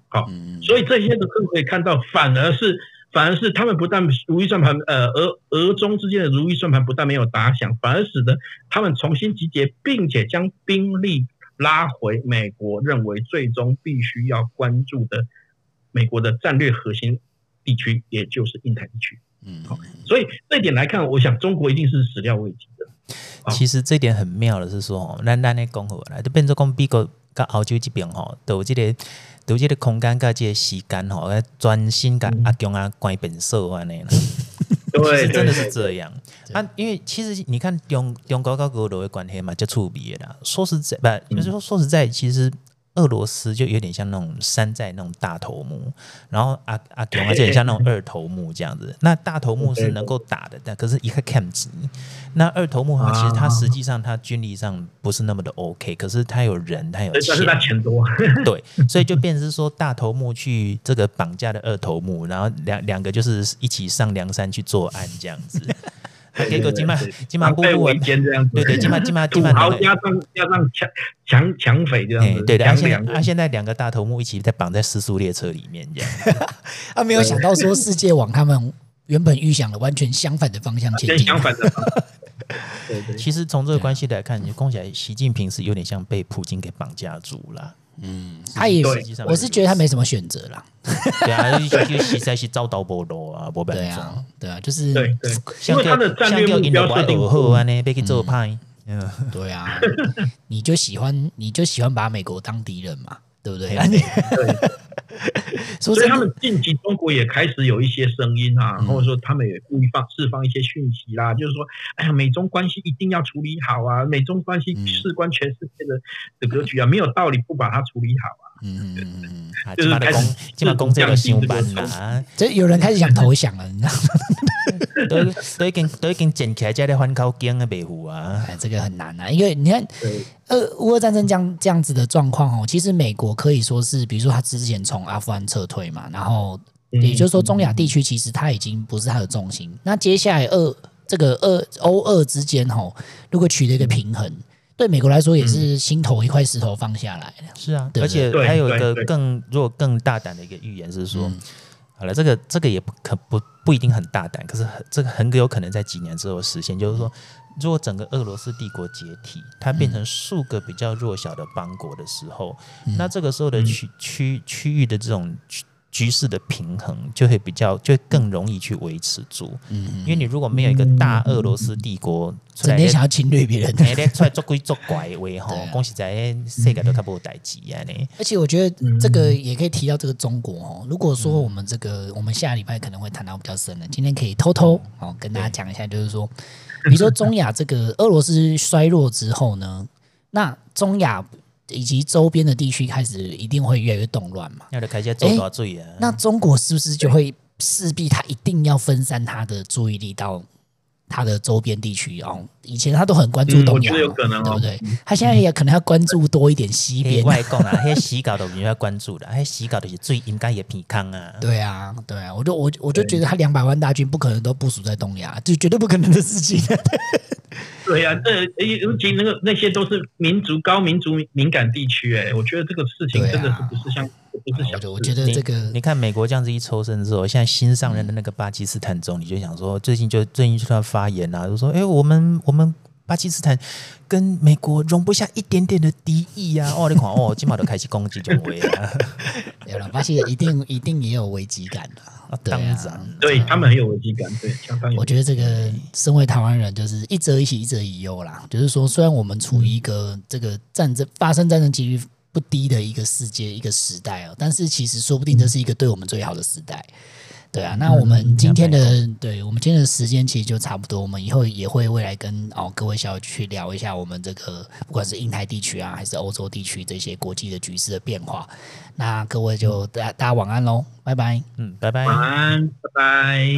好、哦，所以这些的可以看到，反而是反而是他们不但如意算盘，呃，俄俄中之间的如意算盘不但没有打响，反而使得他们重新集结，并且将兵力拉回美国认为最终必须要关注的美国的战略核心地区，也就是印太地区。嗯，好，所以这一点来看，我想中国一定是始料未及的。 其实这点很妙的是说，咱咱咧讲好啦，就变做讲美国跟澳洲这边吼，都有这个都有这个空间跟这个时间吼，专心跟阿强啊关本手安尼啦。 对， 其实真的是这样啊，因为其实你看中中国跟俄罗的关系嘛，就触别啦。说实在，不就是说说实在，其实。俄罗斯就有点像那种山寨那种大头目，然后阿阿强而且很像那种二头目这样子。那大头目是能够打的，但可是一个看急。那二头目的话，其实他实际上他军力上不是那么的 OK， 可是他有人，他有钱， 但是他钱多。 对，所以就变成是说大头目去这个绑架的二头目，然后两两个就是一起上梁山去作案这样子。结果今晚今晚步步为艰这样子， 对对，今晚今晚今晚土豪加上加上强强强匪这样子， 对的。啊，现在啊现在两个大头目一起在绑在失速列车里面这样， 他没有想到说世界往他们原本预想的完全相反的方向前进， 相反的方向。对对， 其实从这个关系来看，你讲起来，习近平是有点像被普京给绑架住了。 嗯，他也，我是觉得他没什么选择啦。 对啊，就实在是照刀不误啊，没办法。 对啊，对啊，就是对对，因为他的战略目标设定好安尼，被去做派。 嗯，对啊，你就喜欢你就喜欢把美国当敌人嘛，对不对？ 对。所以他们近期中国也开始有一些声音啊，或者说他们也故意放释放一些讯息啦，就是说，哎呀，美中关系一定要处理好啊，美中关系事关全世界的的格局啊，没有道理不把它处理好啊。嗯嗯嗯， 就是开始基本工这个新班啦， 这有人开始想投降了，你知道吗？ 都都已经都已经捡起来，在翻口经的北湖啊， 哎，这个很难啊，因为你看，呃，乌俄战争这样这样子的状况哦，其实美国可以说是，比如说他之前从阿富汗撤退嘛，然后也就是说中亚地区其实它已经不是它的重心，那接下来俄这个俄欧俄之间吼，如果取得一个平衡。对美国来说也是心头一块石头放下来了。 是啊，而且还有一个更如果更大胆的一个预言是说，嗯、好了，这个这个也不可不不一定很大胆，可是这个很有可能在几年之后实现。就是说，如果整个俄罗斯帝国解体，它变成数个比较弱小的邦国的时候，嗯、那这个时候的区区区域的这种局势的平衡就会比较就会更容易去维持住，嗯，因为你如果没有一个大俄罗斯帝国整天想要侵略别人， 你出来做鬼做怪的话吼，恭喜在世界都差不多代志啊呢。 而且我觉得这个也可以提到这个中国哦。如果说我们这个我们下礼拜可能会谈到比较深的，今天可以偷偷哦跟大家讲一下，就是说，比如说中亚这个俄罗斯衰弱之后呢，那中亚。以及周边的地区开始一定会越来越动乱嘛， 要开始做大罪啊。 那中国是不是就会势必他一定要分散他的注意力到他的周边地区哦？以前他都很关注东亚， 嗯、我觉得有可能、哦、 对不对？他现在也可能要关注多一点西边。 外公啊，那些洗稿的我们要关注的，那些洗稿的是最应该也偏康啊。 对啊，对啊，我就我我就觉得他两百万大军不可能都部署在东亚，就绝对不可能的事情。 对呀、啊，这尤其那个那些都是民族高民族敏感地区，哎，我觉得这个事情真的是不是像、啊、不是小事。 我觉得这个你，你看美国这样子一抽身之后，现在新上任的那个巴基斯坦总理就想说，最近就最近就突然发言啊，就说，哎，我们我们巴基斯坦跟美国容不下一点点的敌意啊！哦，你看哦，今晚都开始攻击中国啊！ 有了，巴基一定一定也有危机感的、啊， 当然， 对他们很有危机感，对，相当有。 我觉得这个身为台湾人，就是一则以喜，一则以忧啦。就是说，虽然我们处于一个这个战争发生战争几率不低的一个世界一个时代哦，但是其实说不定这是一个对我们最好的时代。对啊，那我们今天的、嗯、对我们今天的时间其实就差不多，我们以后也会未来跟哦各位小友去聊一下我们这个不管是印太地区啊，还是欧洲地区这些国际的局势的变化。那各位就大大家晚安喽，拜拜。 嗯，拜拜。 晚安，拜拜。